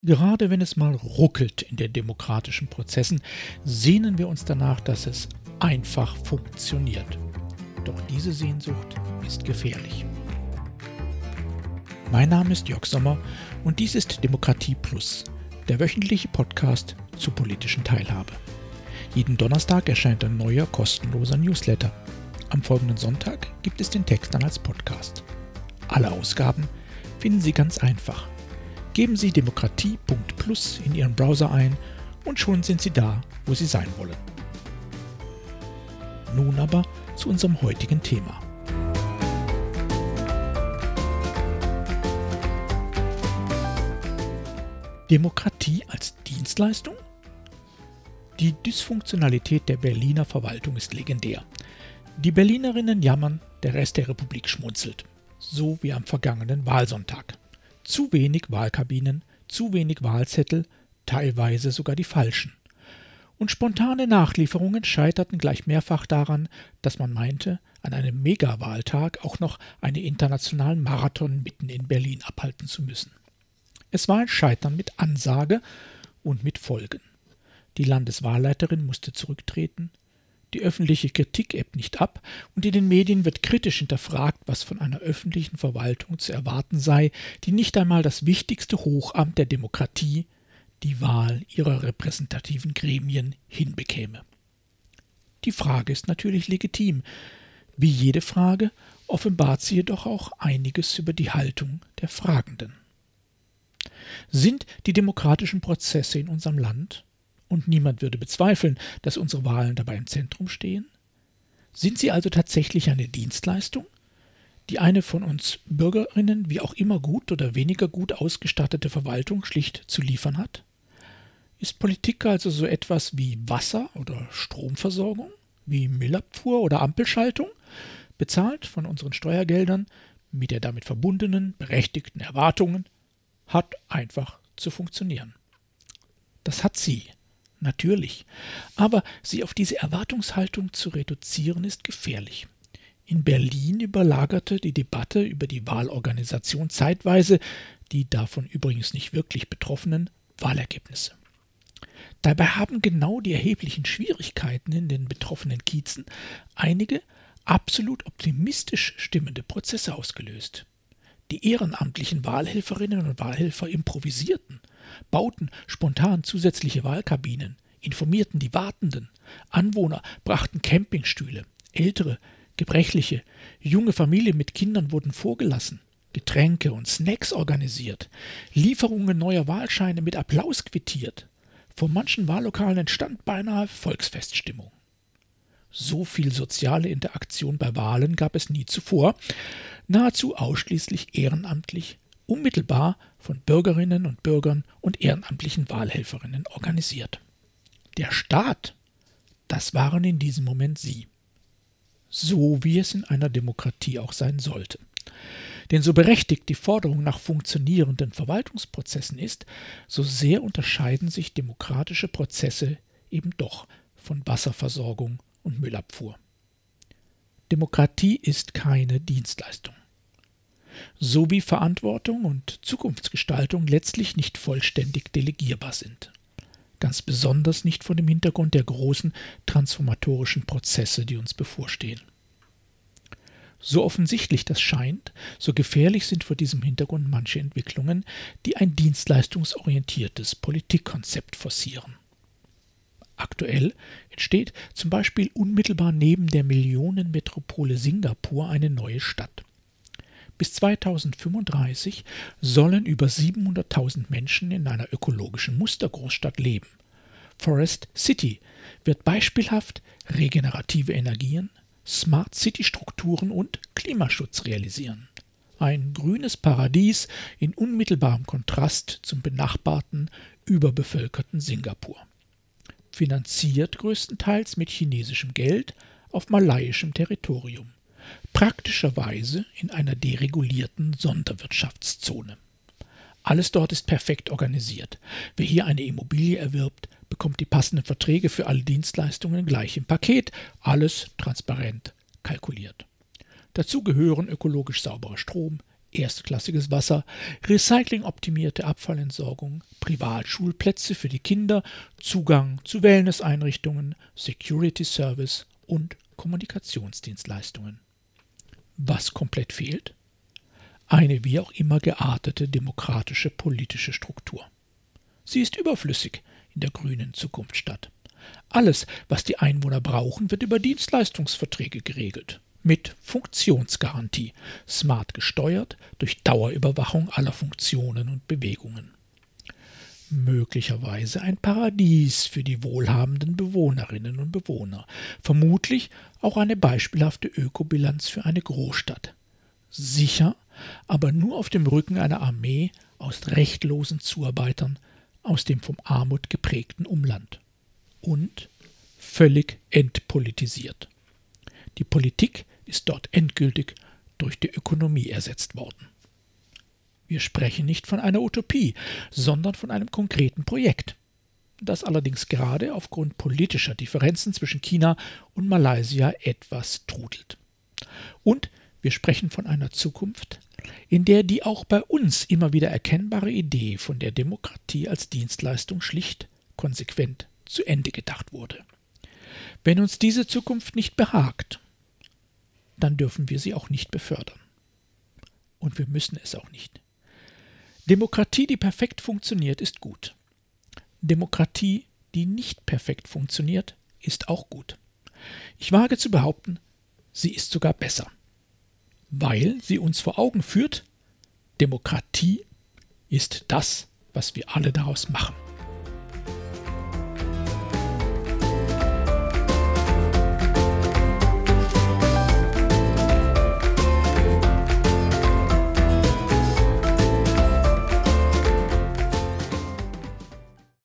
Gerade wenn es mal ruckelt in den demokratischen Prozessen, sehnen wir uns danach, dass es einfach funktioniert. Doch diese Sehnsucht ist gefährlich. Mein Name ist Jörg Sommer und dies ist Demokratie Plus, der wöchentliche Podcast zur politischen Teilhabe. Jeden Donnerstag erscheint ein neuer kostenloser Newsletter. Am folgenden Sonntag gibt es den Text dann als Podcast. Alle Ausgaben finden Sie ganz einfach. Geben Sie demokratie.plus in Ihren Browser ein und schon sind Sie da, wo Sie sein wollen. Nun aber zu unserem heutigen Thema. Demokratie als Dienstleistung? Die Dysfunktionalität der Berliner Verwaltung ist legendär. Die Berlinerinnen jammern, der Rest der Republik schmunzelt. So wie am vergangenen Wahlsonntag. Zu wenig Wahlkabinen, zu wenig Wahlzettel, teilweise sogar die falschen. Und spontane Nachlieferungen scheiterten gleich mehrfach daran, dass man meinte, an einem Megawahltag auch noch einen internationalen Marathon mitten in Berlin abhalten zu müssen. Es war ein Scheitern mit Ansage und mit Folgen. Die Landeswahlleiterin musste zurücktreten. Die öffentliche Kritik ebbt nicht ab und in den Medien wird kritisch hinterfragt, was von einer öffentlichen Verwaltung zu erwarten sei, die nicht einmal das wichtigste Hochamt der Demokratie, die Wahl ihrer repräsentativen Gremien, hinbekäme. Die Frage ist natürlich legitim. Wie jede Frage offenbart sie jedoch auch einiges über die Haltung der Fragenden. Sind die demokratischen Prozesse in unserem Land, und niemand würde bezweifeln, dass unsere Wahlen dabei im Zentrum stehen? Sind sie also tatsächlich eine Dienstleistung, die eine von uns Bürgerinnen wie auch immer gut oder weniger gut ausgestattete Verwaltung schlicht zu liefern hat? Ist Politik also so etwas wie Wasser- oder Stromversorgung, wie Müllabfuhr oder Ampelschaltung, bezahlt von unseren Steuergeldern mit der damit verbundenen berechtigten Erwartungen, hat einfach zu funktionieren? Das hat sie. Natürlich, aber sie auf diese Erwartungshaltung zu reduzieren, ist gefährlich. In Berlin überlagerte die Debatte über die Wahlorganisation zeitweise die davon übrigens nicht wirklich betroffenen Wahlergebnisse. Dabei haben genau die erheblichen Schwierigkeiten in den betroffenen Kiezen einige absolut optimistisch stimmende Prozesse ausgelöst. Die ehrenamtlichen Wahlhelferinnen und Wahlhelfer improvisierten, bauten spontan zusätzliche Wahlkabinen, informierten die Wartenden, Anwohner brachten Campingstühle, ältere, gebrechliche, junge Familien mit Kindern wurden vorgelassen, Getränke und Snacks organisiert, Lieferungen neuer Wahlscheine mit Applaus quittiert. Vor manchen Wahllokalen entstand beinahe Volksfeststimmung. So viel soziale Interaktion bei Wahlen gab es nie zuvor, nahezu ausschließlich ehrenamtlich, unmittelbar von Bürgerinnen und Bürgern und ehrenamtlichen Wahlhelferinnen organisiert. Der Staat, das waren in diesem Moment sie. So wie es in einer Demokratie auch sein sollte. Denn so berechtigt die Forderung nach funktionierenden Verwaltungsprozessen ist, so sehr unterscheiden sich demokratische Prozesse eben doch von Wasserversorgung und Müllabfuhr. Demokratie ist keine Dienstleistung. So wie Verantwortung und Zukunftsgestaltung letztlich nicht vollständig delegierbar sind. Ganz besonders nicht vor dem Hintergrund der großen transformatorischen Prozesse, die uns bevorstehen. So offensichtlich das scheint, so gefährlich sind vor diesem Hintergrund manche Entwicklungen, die ein dienstleistungsorientiertes Politikkonzept forcieren. Aktuell entsteht zum Beispiel unmittelbar neben der Millionenmetropole Singapur eine neue Stadt. Bis 2035 sollen über 700.000 Menschen in einer ökologischen Mustergroßstadt leben. Forest City wird beispielhaft regenerative Energien, Smart City-Strukturen und Klimaschutz realisieren. Ein grünes Paradies in unmittelbarem Kontrast zum benachbarten, überbevölkerten Singapur. Finanziert größtenteils mit chinesischem Geld auf malayischem Territorium. Praktischerweise in einer deregulierten Sonderwirtschaftszone. Alles dort ist perfekt organisiert. Wer hier eine Immobilie erwirbt, bekommt die passenden Verträge für alle Dienstleistungen gleich im Paket. Alles transparent kalkuliert. Dazu gehören ökologisch sauberer Strom, erstklassiges Wasser, recyclingoptimierte Abfallentsorgung, Privatschulplätze für die Kinder, Zugang zu Wellnesseinrichtungen, Security Service und Kommunikationsdienstleistungen. Was komplett fehlt? Eine wie auch immer geartete demokratische politische Struktur. Sie ist überflüssig in der grünen Zukunftsstadt. Alles, was die Einwohner brauchen, wird über Dienstleistungsverträge geregelt. Mit Funktionsgarantie, smart gesteuert durch Dauerüberwachung aller Funktionen und Bewegungen. Möglicherweise ein Paradies für die wohlhabenden Bewohnerinnen und Bewohner, vermutlich auch eine beispielhafte Ökobilanz für eine Großstadt. Sicher, aber nur auf dem Rücken einer Armee aus rechtlosen Zuarbeitern aus dem von Armut geprägten Umland. Und völlig entpolitisiert. Die Politik ist dort endgültig durch die Ökonomie ersetzt worden. Wir sprechen nicht von einer Utopie, sondern von einem konkreten Projekt, das allerdings gerade aufgrund politischer Differenzen zwischen China und Malaysia etwas trudelt. Und wir sprechen von einer Zukunft, in der die auch bei uns immer wieder erkennbare Idee von der Demokratie als Dienstleistung schlicht, konsequent zu Ende gedacht wurde. Wenn uns diese Zukunft nicht behagt, dann dürfen wir sie auch nicht befördern. Und wir müssen es auch nicht. Demokratie, die perfekt funktioniert, ist gut. Demokratie, die nicht perfekt funktioniert, ist auch gut. Ich wage zu behaupten, sie ist sogar besser. Weil sie uns vor Augen führt, Demokratie ist das, was wir alle daraus machen.